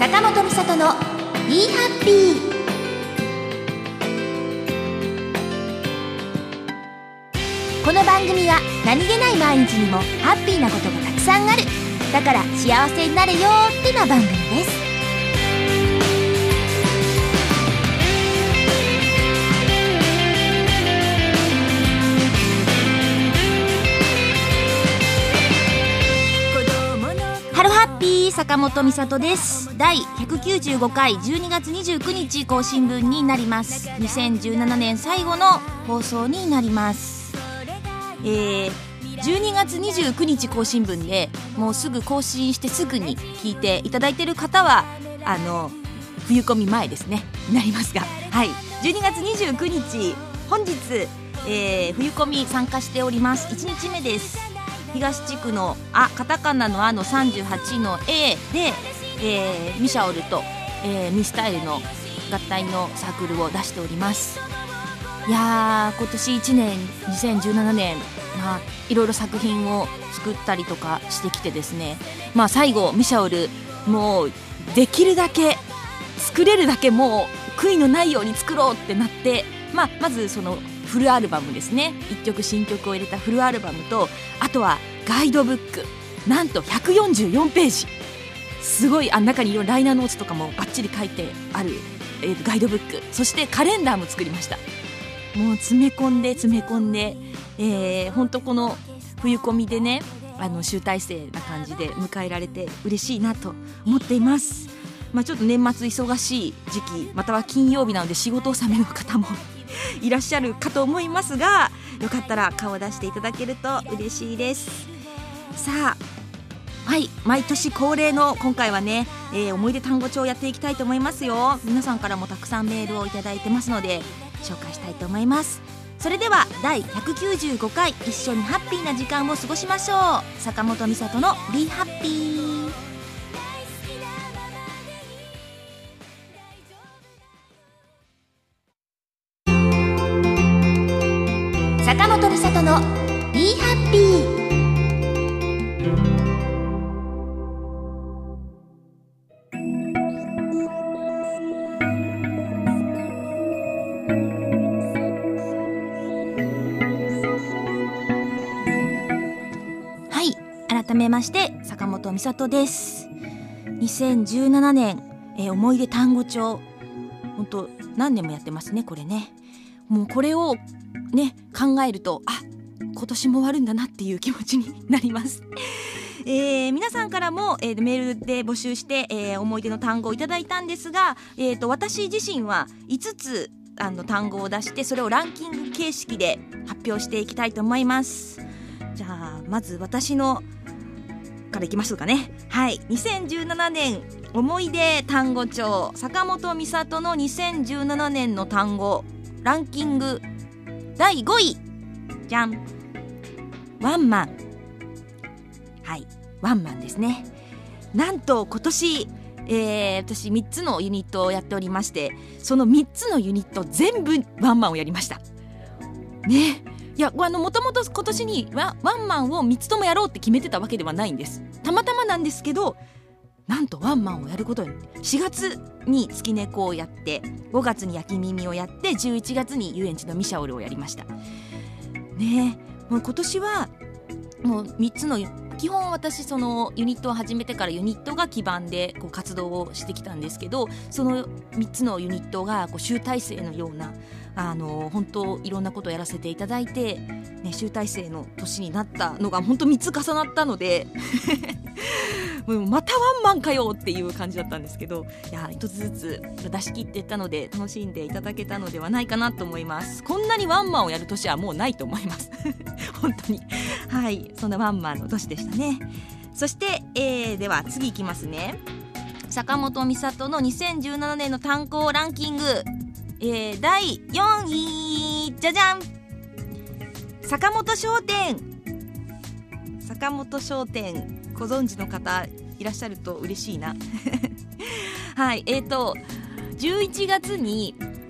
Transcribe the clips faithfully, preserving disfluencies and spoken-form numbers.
坂本美里の Be Happy。 この番組は何気ない毎日にもハッピーなことがたくさんある、だから幸せになれよってな番組です。ハローハッピー、坂本美里です。だいひゃくきゅうじゅうごかいじゅうにがつにじゅうくにち更新分になります。にせんじゅうななねん最後の放送になります。えー、じゅうにがつにじゅうくにち更新分でもうすぐ更新してすぐに聞いていただいている方はあの冬込み前ですねなりますが、はい、じゅうにがつにじゅうくにち本日、えー、冬込み参加しております。いちにちめです。東地区のあカタカナのあのさんじゅうはちの A で、えー、ミシャオルと、えー、ミスタイルの合体のサークルを出しております。いやー今年いちねんにせんじゅうななねん、まあ、いろいろ作品を作ったりとかしてきてですね、まあ、最後ミシャオルもうできるだけ作れるだけもう悔いのないように作ろうってなって、まあ、まずそのフルアルバムですね、いっきょく新曲を入れたフルアルバムと、あとはガイドブック、なんとひゃくよんじゅうよんページ、すごいあ中にいろいろライナーノーツとかもバッチリ書いてある、えー、ガイドブック、そしてカレンダーも作りました。もう詰め込んで詰め込んで、えー、本当この冬込みでね、あの集大成な感じで迎えられて嬉しいなと思っています。まあ、ちょっと年末忙しい時期、または金曜日なので仕事納めの方もいらっしゃるかと思いますが、よかったら顔を出していただけると嬉しいです。さあ、はい、毎年恒例の今回はね、えー、思い出単語帳をやっていきたいと思いますよ。皆さんからもたくさんメールをいただいてますので紹介したいと思います。それではだいひゃくきゅうじゅうごかい一緒にハッピーな時間を過ごしましょう。坂本美里の Be Happy。 坂本美里の Be Happy。改めまして坂本美里です。にせんじゅうななねん、えー、思い出単語帳、本当何年もやってますねこれね。もうこれをね考えると、あ、今年も終わるんだなっていう気持ちになります。えー、皆さんからも、えー、メールで募集して、えー、思い出の単語をいただいたんですが、えーと、私自身はいつつあの単語を出して、それをランキング形式で発表していきたいと思います。じゃあまず私のからいきましょうかね。はい、にせんじゅうななねん思い出単語帳、坂本美里のにせんじゅうななねんの単語ランキングだいごい、じゃん、ワンマン。はい、ワンマンですね。なんと今年、えー、私みっつのユニットをやっておりまして、そのみっつのユニット全部ワンマンをやりましたね。いや、あのもともと今年にワ, ワンマンをみっつともやろうって決めてたわけではないんです。たまたまなんですけど、なんとワンマンをやることに、しがつに月猫をやって、ごがつに焼き耳をやって、じゅういちがつに遊園地のミシャオルをやりましたね。もう今年はもうみっつの、基本私そのユニットを始めてからユニットが基盤でこう活動をしてきたんですけど、そのみっつのユニットがこう集大成のような、あの本当いろんなことをやらせていただいて、ね、集大成の年になったのが本当みっつ重なったのでもうまたワンマンかよっていう感じだったんですけど、いや一つずつ出し切っていったので楽しんでいただけたのではないかなと思います。こんなにワンマンをやる年はもうないと思います本当に。はい、そんなワンマンの年でしたね。そして、えー、では次いきますね。坂本美里のにせんじゅうななねんの単語ランキング、えー、だいよんい、じゃじゃん、坂本商店。坂本商店ご存知の方いらっしゃると嬉しいなはい、えーとじゅういちがつに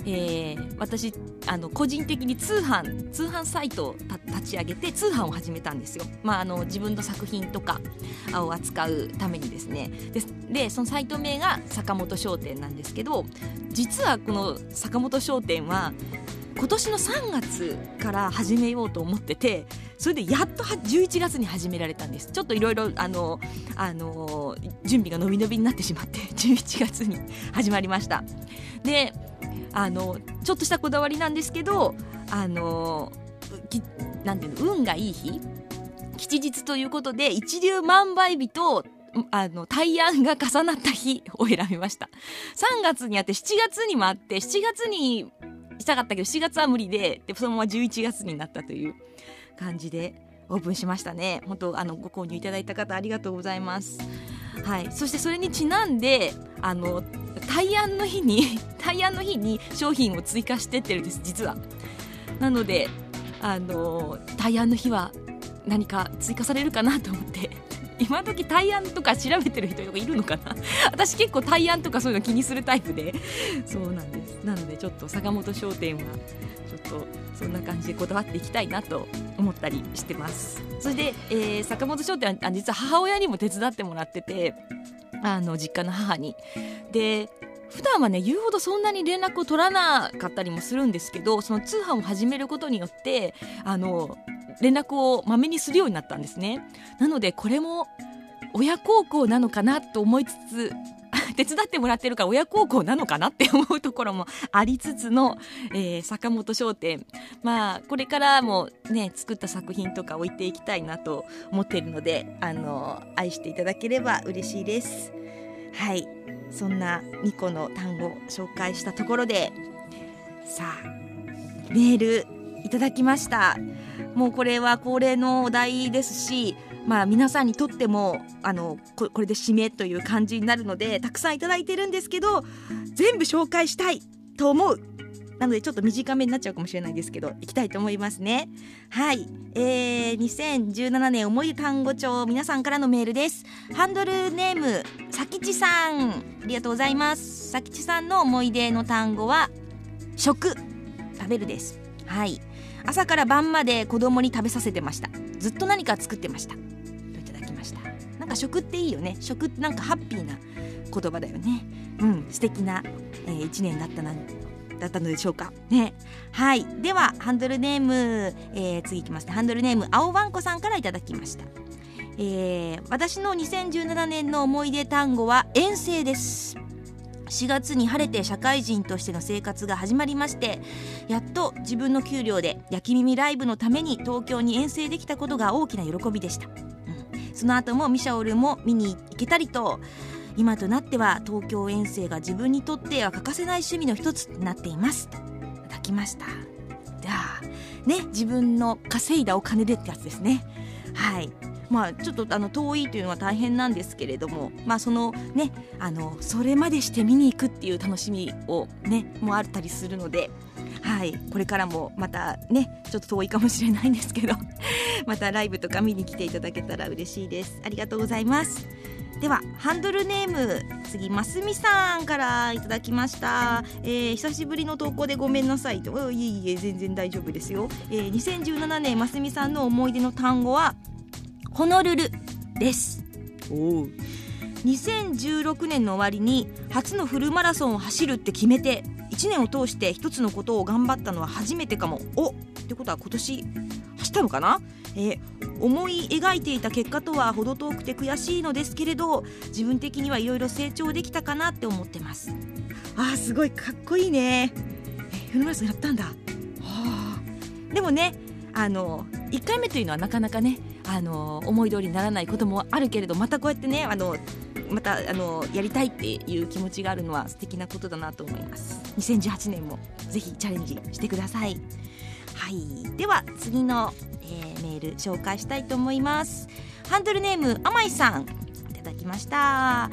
えー、私あの個人的に通販通販サイトを立ち上げて通販を始めたんですよ。まあ、あの自分の作品とかを扱うためにですね。で、でそのサイト名が坂本商店なんですけど、実はこの坂本商店は今年のさんがつから始めようと思ってて、それでやっとじゅういちがつに始められたんです。ちょっといろいろあのあの準備が伸び伸びになってしまってじゅういちがつに始まりました。で、あのちょっとしたこだわりなんですけど、あのなんていうの、運がいい日、吉日ということで一粒万倍日とあの大安が重なった日を選びました。さんがつにあってしちがつにもあって、しちがつにしたかったけどしちがつは無理で、でそのままじゅういちがつになったという感じでオープンしましたね。本当あのご購入いただいた方ありがとうございます。はい、そしてそれにちなんであの大安の日に大安の日に商品を追加してってるんです、実は。なのであの大安の日は何か追加されるかなと思って今時大安とか調べてる人がいるのかな私結構大安とかそういうの気にするタイプで、そうなんです。なのでちょっと坂本商店はちょっとそんな感じでこだわっていきたいなと思ったりしてます。そして、えー、坂本商店は実は母親にも手伝ってもらってて、あの実家の母に。で普段はね言うほどそんなに連絡を取らなかったりもするんですけど、その通販を始めることによってあの連絡をまめにするようになったんですね。なのでこれも親孝行なのかなと思いつつ手伝ってもらってるから親孝行なのかなって思うところもありつつの、えー、坂本商店、まあこれからもね作った作品とか置いていきたいなと思っているので、あの愛していただければ嬉しいです。はい、そんなにこの単語を紹介したところで、さあメールいただきました。もうこれは恒例のお題ですし、まあ皆さんにとってもあの こ, これで締めという感じになるのでたくさんいただいてるんですけど、全部紹介したいと思う。なのでちょっと短めになっちゃうかもしれないですけどいきたいと思いますね。はい、えー、にせんじゅうななねん思い出単語帳、皆さんからのメールです。ハンドルネームさきちさん、ありがとうございます。さきちさんの思い出の単語は食、食べるです。はい、朝から晩まで子供に食べさせてました。ずっと何か作ってましたといただきました。なんか食っていいよね。食ってなんかハッピーな言葉だよね。うん、素敵な、えー、いちねんだったなだったのでしょうかね。はい、ではハンドルネーム、えー、次いきますね。ハンドルネーム青わんこさんからいただきました。えー、私のにせんじゅうななねんの思い出単語は遠征です。しがつに晴れて社会人としての生活が始まりまして、やっと自分の給料で焼き耳ライブのために東京に遠征できたことが大きな喜びでした。うん、その後もミシャオルも見に行けたりと、今となっては東京遠征が自分にとっては欠かせない趣味の一つになっていますといただきました。じゃあね、自分の稼いだお金でってやつですね。はい、まあ、ちょっとあの遠いというのは大変なんですけれども、まあそのね、あのそれまでして見に行くっていう楽しみをねもあったりするので、はい、これからもまたねちょっと遠いかもしれないんですけどまたライブとか見に来ていただけたら嬉しいです。ありがとうございます。ではハンドルネーム次ますみさんからいただきました。えー、久しぶりの投稿でごめんなさいと。いえいえ全然大丈夫ですよ。えー、にせんじゅうななねんますみさんの思い出の単語はホノルルです。おにせんじゅうろくねんの終わりに初のフルマラソンを走るって決めていちねんを通して一つのことを頑張ったのは初めてかも。おってことは今年走ったのかな。えー、思い描いていた結果とは程遠くて悔しいのですけれど、自分的にはいろいろ成長できたかなって思ってます。あーすごいかっこいいね。えフルマラソンやったんだ。はあ、でもねあのいっかいめというのはなかなかねあの思い通りにならないこともあるけれど、またこうやってねあのまたあのやりたいっていう気持ちがあるのは素敵なことだなと思います。にせんじゅうはちねんもぜひチャレンジしてください。はい、では次の、えー、メール紹介したいと思います。ハンドルネームあまいさんいただきました。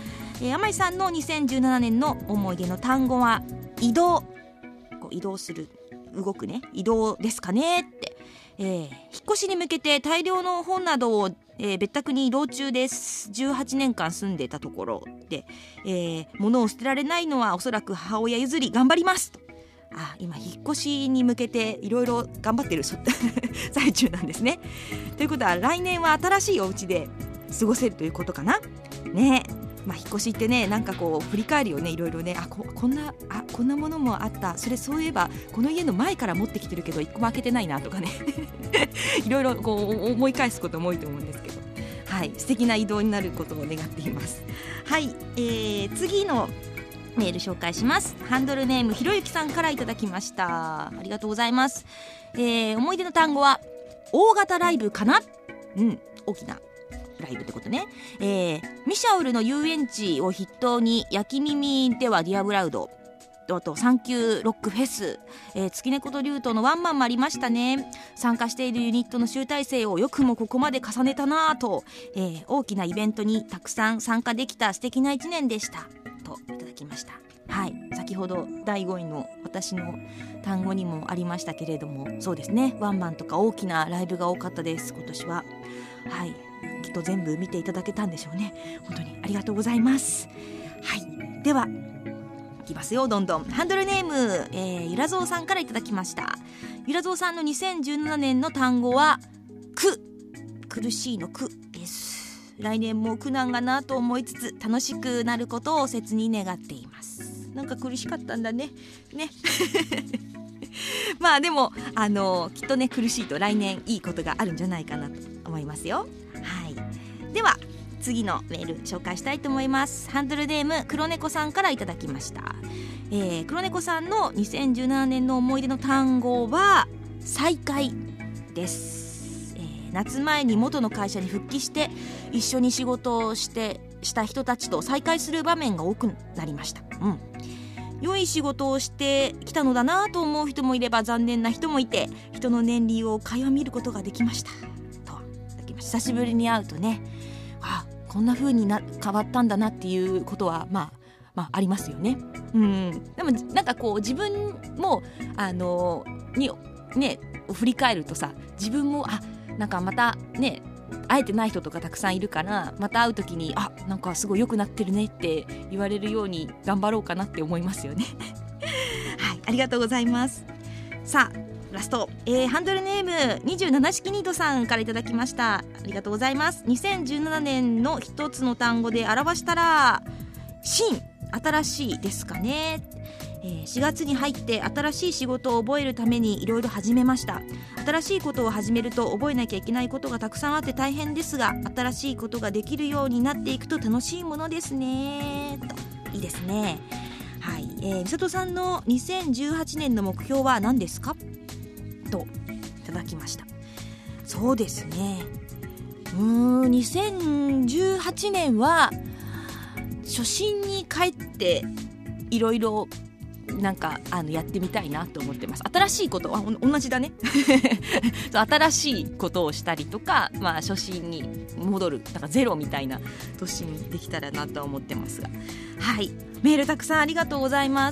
えー、あまいさんのにせんじゅうななねんの思い出の単語は移動。こう移動する、動くね、移動ですかねって。えー、引っ越しに向けて大量の本などを、えー、別宅に移動中です。じゅうはちねんかん住んでたところで、えー、物を捨てられないのはおそらく母親譲り頑張りますと。 あ、今引っ越しに向けていろいろ頑張ってる最中なんですね。ということは来年は新しいお家で過ごせるということかなね。まあ、引っ越しってね、なんかこう振り返るよね、いろいろね。あ こ, こんなあこんなものもあった、それそういえばこの家の前から持ってきてるけど一個も開けてないなとかねいろいろこう思い返すことも多いと思うんですけど、はい、素敵な移動になることを願っています。はい、えー、次のメール紹介します。ハンドルネームひろゆきさんからいただきました。ありがとうございます。えー、思い出の単語は大型ライブかな。うん、大きなライブってことね。えー、ミシャオルの遊園地を筆頭に焼き耳ではディアブラウド、あとサンキューロックフェス、えー、月猫と竜とのワンマンもありましたね。参加しているユニットの集大成をよくもここまで重ねたなぁと、えー、大きなイベントにたくさん参加できた素敵な一年でしたといただきました。はい、先ほどだいごいの私の単語にもありましたけれども、そうですね、ワンマンとか大きなライブが多かったです今年は。はい、きっと全部見ていただけたんでしょうね。本当にありがとうございます。はい、ではいきますよ、どんどん。ハンドルネーム、えー、ゆらぞうさんからいただきました。ゆらぞうさんのにせんじゅうななねんの単語は苦、苦しいの苦です。来年も苦難がなと思いつつ楽しくなることを切に願っています。なんか苦しかったんだねねまあでもあのきっとね、苦しいと来年いいことがあるんじゃないかなと思いますよ。はい、では次のメール紹介したいと思います。ハンドルネーム黒猫さんからいただきました。えー、黒猫さんのにせんじゅうななねんの思い出の単語は再会です。えー、夏前に元の会社に復帰して一緒に仕事をしてした人たちと再会する場面が多くなりました。うん、良い仕事をしてきたのだなと思う人もいれば残念な人もいて、人の年輪を垣間見ることができましたと。久しぶりに会うとね、あ、こんな風にな変わったんだなっていうことはまあまあありますよね。うん、でもなんかこう自分もあのにね振り返るとさ、自分もあなんかまたね会えてない人とかたくさんいるから、また会う時にあなんかすごい良くなってるねって言われるように頑張ろうかなって思いますよねはい、ありがとうございます。さあラスト、えー、ハンドルネームにじゅうなな式ニートさんからいただきました。ありがとうございます。にせんじゅうななねんの一つの単語で表したら新、新しいですかね。えー、しがつに入って新しい仕事を覚えるためにいろいろ始めました。新しいことを始めると覚えなきゃいけないことがたくさんあって大変ですが、新しいことができるようになっていくと楽しいものですねと。いいですね。はい、えー、みさとさんのにせんじゅうはちねんの目標は何ですかといただきました。そうですね、うーんにせんじゅうはちねんは初心に帰っていろいろなんかあのやってみたいなと思ってます。新しいことは同じだね新しいことをしたりとか、まあ、初心に戻るなんかゼロみたいな年にできたらなと思ってますが、はい、メールたくさんありがとうございます。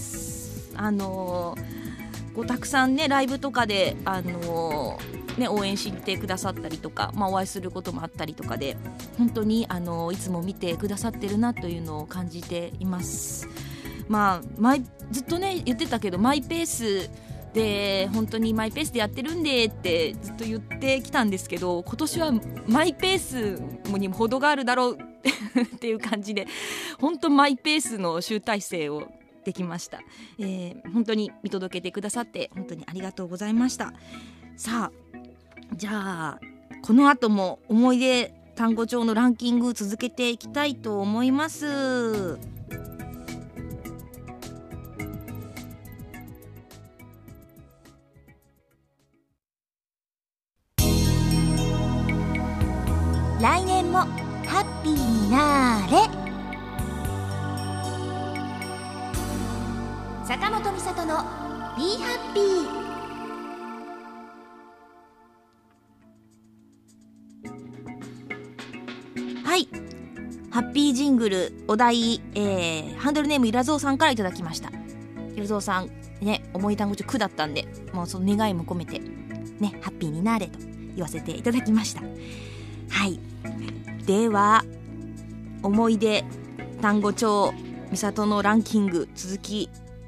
あのーこうたくさんねライブとかで、あのーね、応援してくださったりとか、まあ、お会いすることもあったりとかで本当に、あのー、いつも見てくださってるなというのを感じています。まあ、マイずっとね言ってたけどマイペースで本当にマイペースでやってるんでってずっと言ってきたんですけど、今年はマイペースにも程があるだろうっていう感じで本当マイペースの集大成をできました。えー、本当に見届けてくださって本当にありがとうございました。さあじゃあこの後も思い出単語帳のランキング続けていきたいと思います。来年もハッピーになーれ、坂本美里の Be Happy。 はい、ハッピージングルお題、えー、ハンドルネームいらぞうさんからいただきました。いらぞうさんね、思い単語中苦だったんで、もうその願いも込めてねハッピーになれと言わせていただきました。はい、では思い出単語帳美里のランキング続き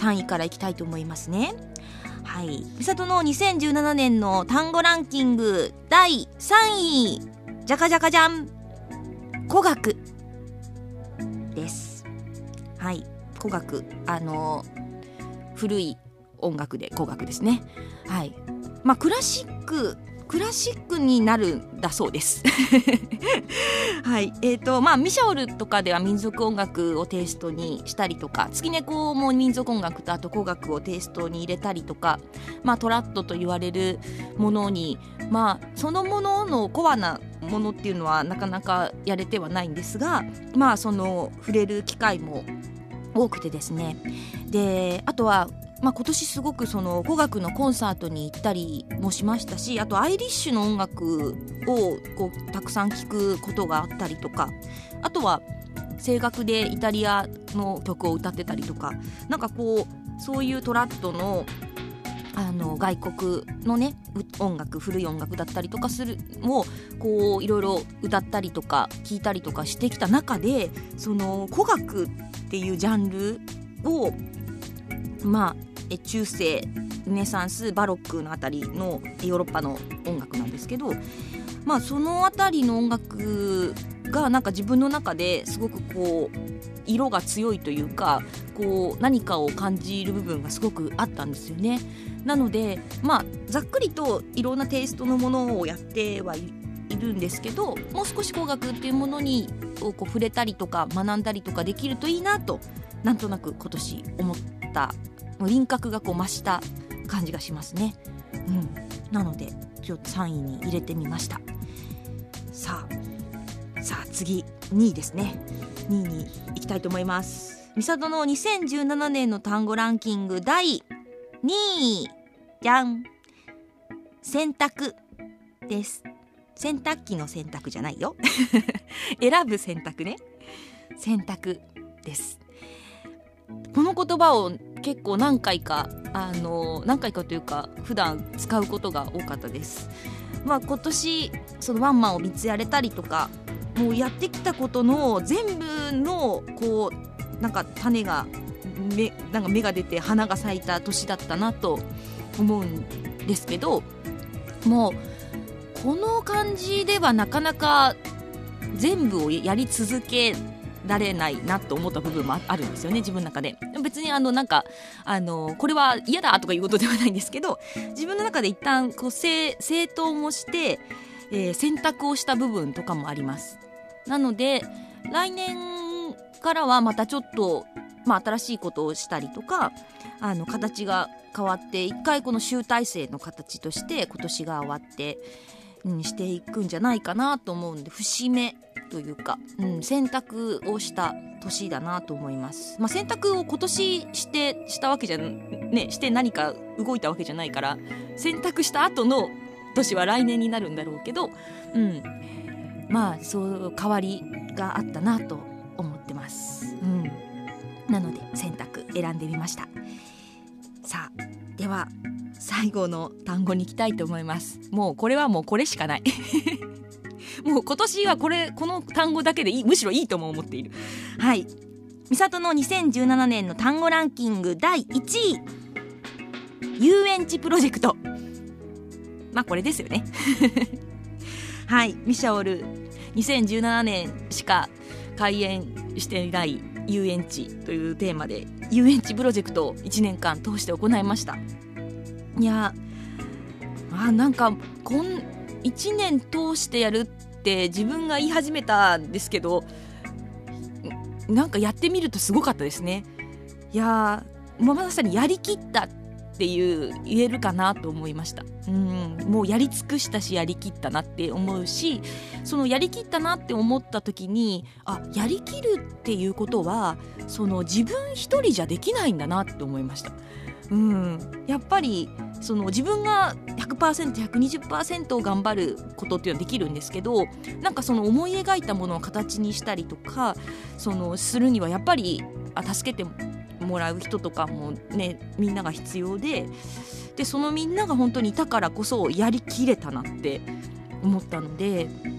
さんいからいきたいと思いますね。はい、みさとのにせんじゅうななねんの単語ランキングだいさんい、じゃかじゃかじゃん、古楽です。はい、古楽、あの古い音楽で古楽ですね。はい、まあクラシッククラシックになるんだそうですはい、えーとまあミシャオルとかでは民族音楽をテイストにしたりとか、月猫も民族音楽とあと古楽をテイストに入れたりとか、まあトラットと言われるものに、まあそのもののコアなものっていうのはなかなかやれてはないんですが、まあその触れる機会も多くてですね。であとはまあ、今年すごくその古楽のコンサートに行ったりもしましたし、あとアイリッシュの音楽をこうたくさん聴くことがあったりとか、あとは声楽でイタリアの曲を歌ってたりとか、なんかこうそういうトラットのあの外国のね音楽、古い音楽だったりとかするをこういろいろ歌ったりとか聴いたりとかしてきた中で、その古楽っていうジャンルをまあ中世、ルネサンス、バロックのあたりのヨーロッパの音楽なんですけど、まあそのあたりの音楽がなんか自分の中ですごくこう色が強いというか、こう何かを感じる部分がすごくあったんですよね。なのでまあざっくりといろんなテイストのものをやってはいるんですけど、もう少し古楽っていうものにこう触れたりとか学んだりとかできるといいなと、なんとなく今年思った輪郭がこう増した感じがしますね。うん、なのでちょっとさんいに入れてみました。さあさあ次にいですね。にいに行きたいと思います。みさとのにせんじゅうななねんの単語ランキングだいにい、じゃん、洗濯です。洗濯機の洗濯じゃないよ選ぶ洗濯ね。洗濯です。この言葉を結構何回かあの何回かというか普段使うことが多かったです。まあ、今年そのワンマンをみっつやれたりとか、もうやってきたことの全部のこうなんか種が芽なんか芽が出て花が咲いた年だったなと思うんですけど、もうこの感じではなかなか全部をやり続けられないなと思った部分もあるんですよね、自分の中で。別にあのなんかあのこれは嫌だとかいうことではないんですけど、自分の中で一旦こう正正当もして、えー、選択をした部分とかもあります。なので来年からはまたちょっと、まあ、新しいことをしたりとか、あの形が変わって一回この集大成の形として今年が終わって、うん、していくんじゃないかなと思うんで、節目というか、うん、選択をした年だなと思います。まあ、選択を今年してしたわけじゃねして何か動いたわけじゃないから、選択した後の年は来年になるんだろうけど、うん、まあそう変わりがあったなと思ってます。うん、なので選択選んでみました。さあでは最後の単語に行きたいと思います。もうこれはもうこれしかないもう今年はこれこの単語だけでいい、むしろいいとも思っている。はい、みさとのにせんじゅうななねんの単語ランキングだいいちい、遊園地プロジェクト。まあこれですよねはい、ミシャオルにせんじゅうななねんしか開園していない遊園地というテーマで遊園地プロジェクトをいちねんかん通して行いました。いやあなんかこんいちねん通してやるって自分が言い始めたんですけど、なんかやってみるとすごかったですね。いやまさにやりきったっていう言えるかなと思いました。うん、もうやり尽くしたしやりきったなって思うし、そのやりきったなって思った時に、あやりきるっていうことはその自分一人じゃできないんだなって思いました。うん、やっぱりその自分が ひゃくパーセント、ひゃくにじゅっパーセント 頑張ることっていうのはできるんですけど、なんかその思い描いたものを形にしたりとかそのするにはやっぱりあ助けてもらう人とかもねみんなが必要で、でそのみんなが本当にいたからこそやりきれたなって思ったので、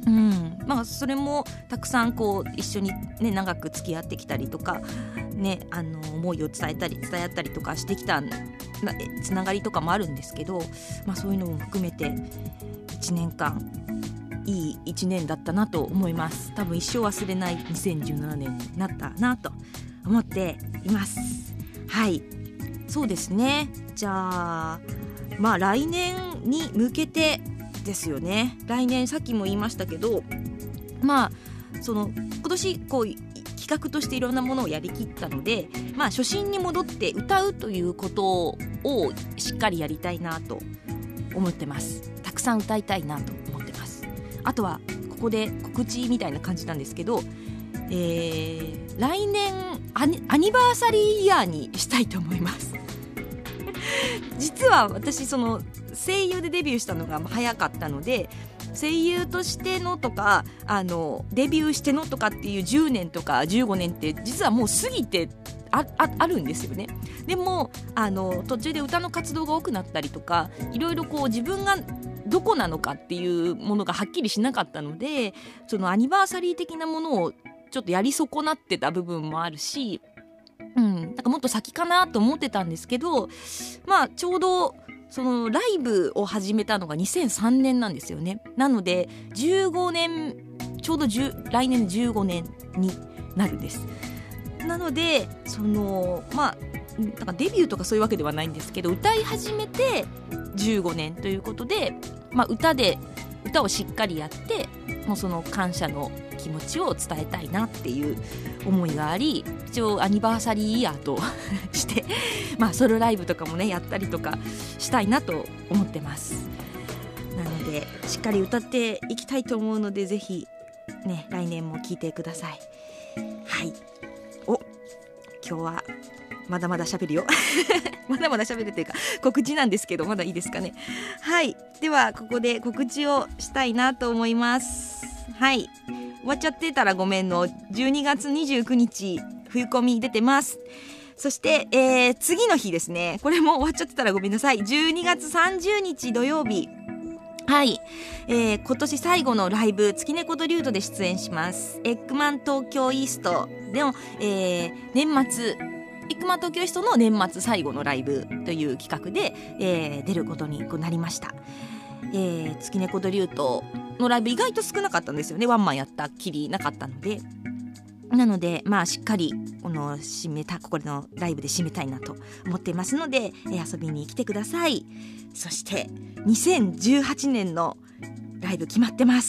うんまあ、それもたくさんこう一緒に、ね、長く付き合ってきたりとか、ね、あの思いを伝えたり伝え合ったりとかしてきたつながりとかもあるんですけど、まあ、そういうのも含めていちねんかんいいいちねんだったなと思います。多分一生忘れないにせんじゅうななねんになったなと思っています。はい、そうですね。じゃあまあ来年に向けてですよね。来年さっきも言いましたけど、まあその今年こう企画としていろんなものをやりきったので、まあ初心に戻って歌うということをしっかりやりたいなと思ってます。たくさん歌いたいなと思ってます。あとはここで告知みたいな感じなんですけど、えー、来年アニ、アニバーサリーイヤーにしたいと思います実は私その声優でデビューしたのが早かったので、声優としてのとかあのデビューしてのとかっていうじゅうねんとかじゅうごねんって実はもう過ぎて あ, あ, あるんですよね。でもあの途中で歌の活動が多くなったりとか、いろいろこう自分がどこなのかっていうものがはっきりしなかったので、そのアニバーサリー的なものをちょっとやり損なってた部分もあるし、うん、なんかもっと先かなと思ってたんですけど、まあちょうどそのライブを始めたのがにせんさんねんなんですよね。なのでじゅうごねん、ちょうどじゅう来年じゅうごねんになるんです。なのでそのまあなんかデビューとかそういうわけではないんですけど、歌い始めてじゅうごねんということで、まあ、歌で歌をしっかりやって、もうその感謝の気持ちを伝えたいなっていう思いがあり、一応アニバーサリーイヤーとしてまあソロライブとかもねやったりとかしたいなと思ってます。なのでしっかり歌っていきたいと思うので、ぜひね来年も聴いてください。はい、お今日はまだまだ喋るよまだまだ喋るというか告知なんですけど、まだいいですかね。はい、ではここで告知をしたいなと思います。はい、終わっちゃってたらごめんのじゅうにがつにじゅうくにち冬コミ出てます。そして、えー、次の日ですね、これも終わっちゃってたらごめんなさい、じゅうにがつさんじゅうにち土曜日、はい、えー、今年最後のライブ月猫とリュートで出演します。エッグマン東京イーストでの、えー、年末エッグマン東京イーストの年末最後のライブという企画で、えー、出ることになりました。えー、月猫とリュートのライブ意外と少なかったんですよね。ワンマンやったきりなかったので、なのでまあしっかりこの締めたここのライブで締めたいなと思っていますので、えー、遊びに来てください。そしてにせんじゅうはちねんのライブ決まってます。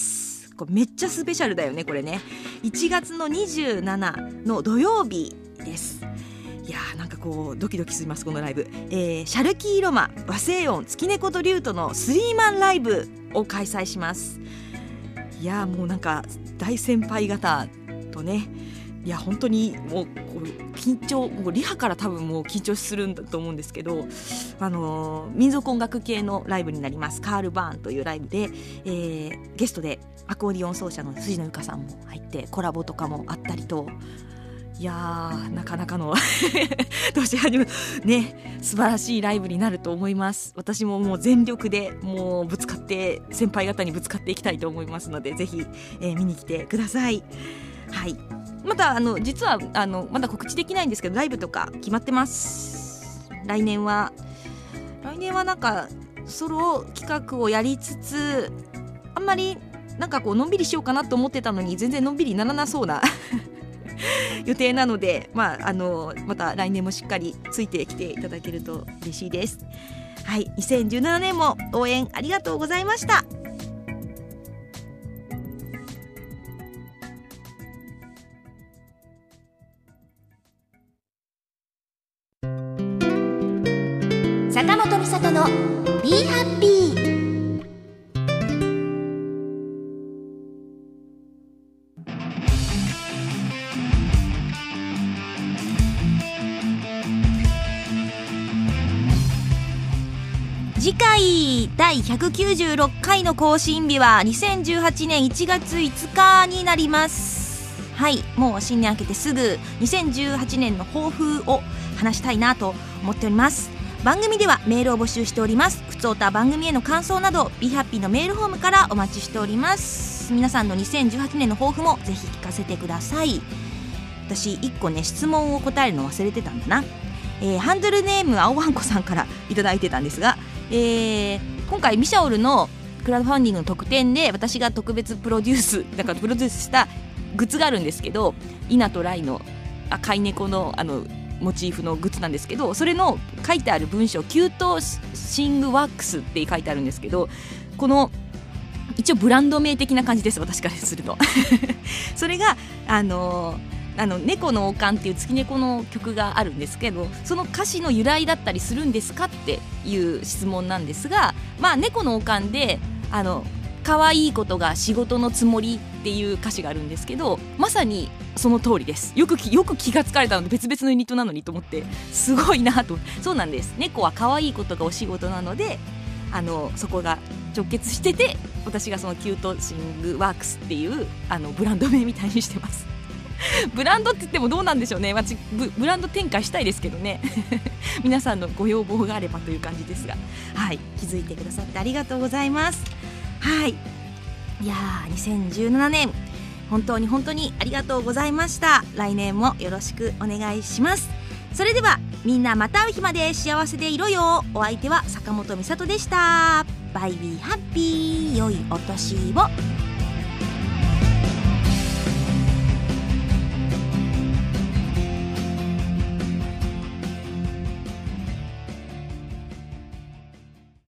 これめっちゃスペシャルだよね。これねいちがつのにじゅうしちにちの土曜日です。いやーなんかこうドキドキしますこのライブ、えー、シャルキーロマ和製音月猫とリュートのスリーマンライブを開催します。いやーもうなんか大先輩方とね、いや本当にもうこう緊張、もうリハから多分もう緊張するんだと思うんですけど、あのー、民族音楽系のライブになります。カールバーンというライブで、えー、ゲストでアコーディオン奏者の藤野由香さんも入ってコラボとかもあったりと、いやーなかなかの年始めね素晴らしいライブになると思います。私ももう全力でもうぶつかって先輩方にぶつかっていきたいと思いますので、ぜひ、えー、見に来てください。はい、またあの実はあのまだ告知できないんですけど、ライブとか決まってます。来年は来年はなんかソロ企画をやりつつ、あんまりなんかこうのんびりしようかなと思ってたのに全然のんびりにならなそうな予定なので、まあ、あのまた来年もしっかりついてきていただけると嬉しいです。はい、にせんじゅうななねんも応援ありがとうございました。 坂本美里の Be Happy。 次回だいひゃくきゅうじゅうろっかいの更新日はにせんじゅうはちねんいちがついつかになります。はい、もう新年明けてすぐにせんじゅうはちねんの抱負を話したいなと思っております。番組ではメールを募集しております。ふつおた番組への感想など Be Happy のメールフォームからお待ちしております。 。皆さんのにせんじゅうはちねんの抱負もぜひ聞かせてください。私いっこね質問を答えるの忘れてたんだな、えー、ハンドルネーム青わんこさんからいただいてたんですが、えー、今回ミシャオルのクラウドファンディングの特典で私が特別プロデュースだからプロデュースしたグッズがあるんですけど、イナとライのあ飼い猫のあのモチーフのグッズなんですけど、それの書いてある文章キュートシングワックスって書いてあるんですけど、この一応ブランド名的な感じです、私からするとそれがあのーあの猫の王冠っていう月猫の曲があるんですけど、その歌詞の由来だったりするんですかっていう質問なんですが、まあ猫の王冠であの可愛いことが仕事のつもりっていう歌詞があるんですけど、まさにその通りです。よくよく気がつかれたので、別々のユニットなのにと思ってすごいなと。そうなんです、猫は可愛いことがお仕事なので、あのそこが直結してて、私がそのキュートシングワークスっていうあのブランド名みたいにしてますブランドって言ってもどうなんでしょうね。私 ブ, ブランド展開したいですけどね皆さんのご要望があればという感じですが、はい、気づいてくださってありがとうございます。はい、いやーにせんじゅうななねん本当に本当にありがとうございました。来年もよろしくお願いします。それではみんなまた会う日まで幸せでいろよ。お相手は坂本美里でした。バイビーハッピー、良いお年を。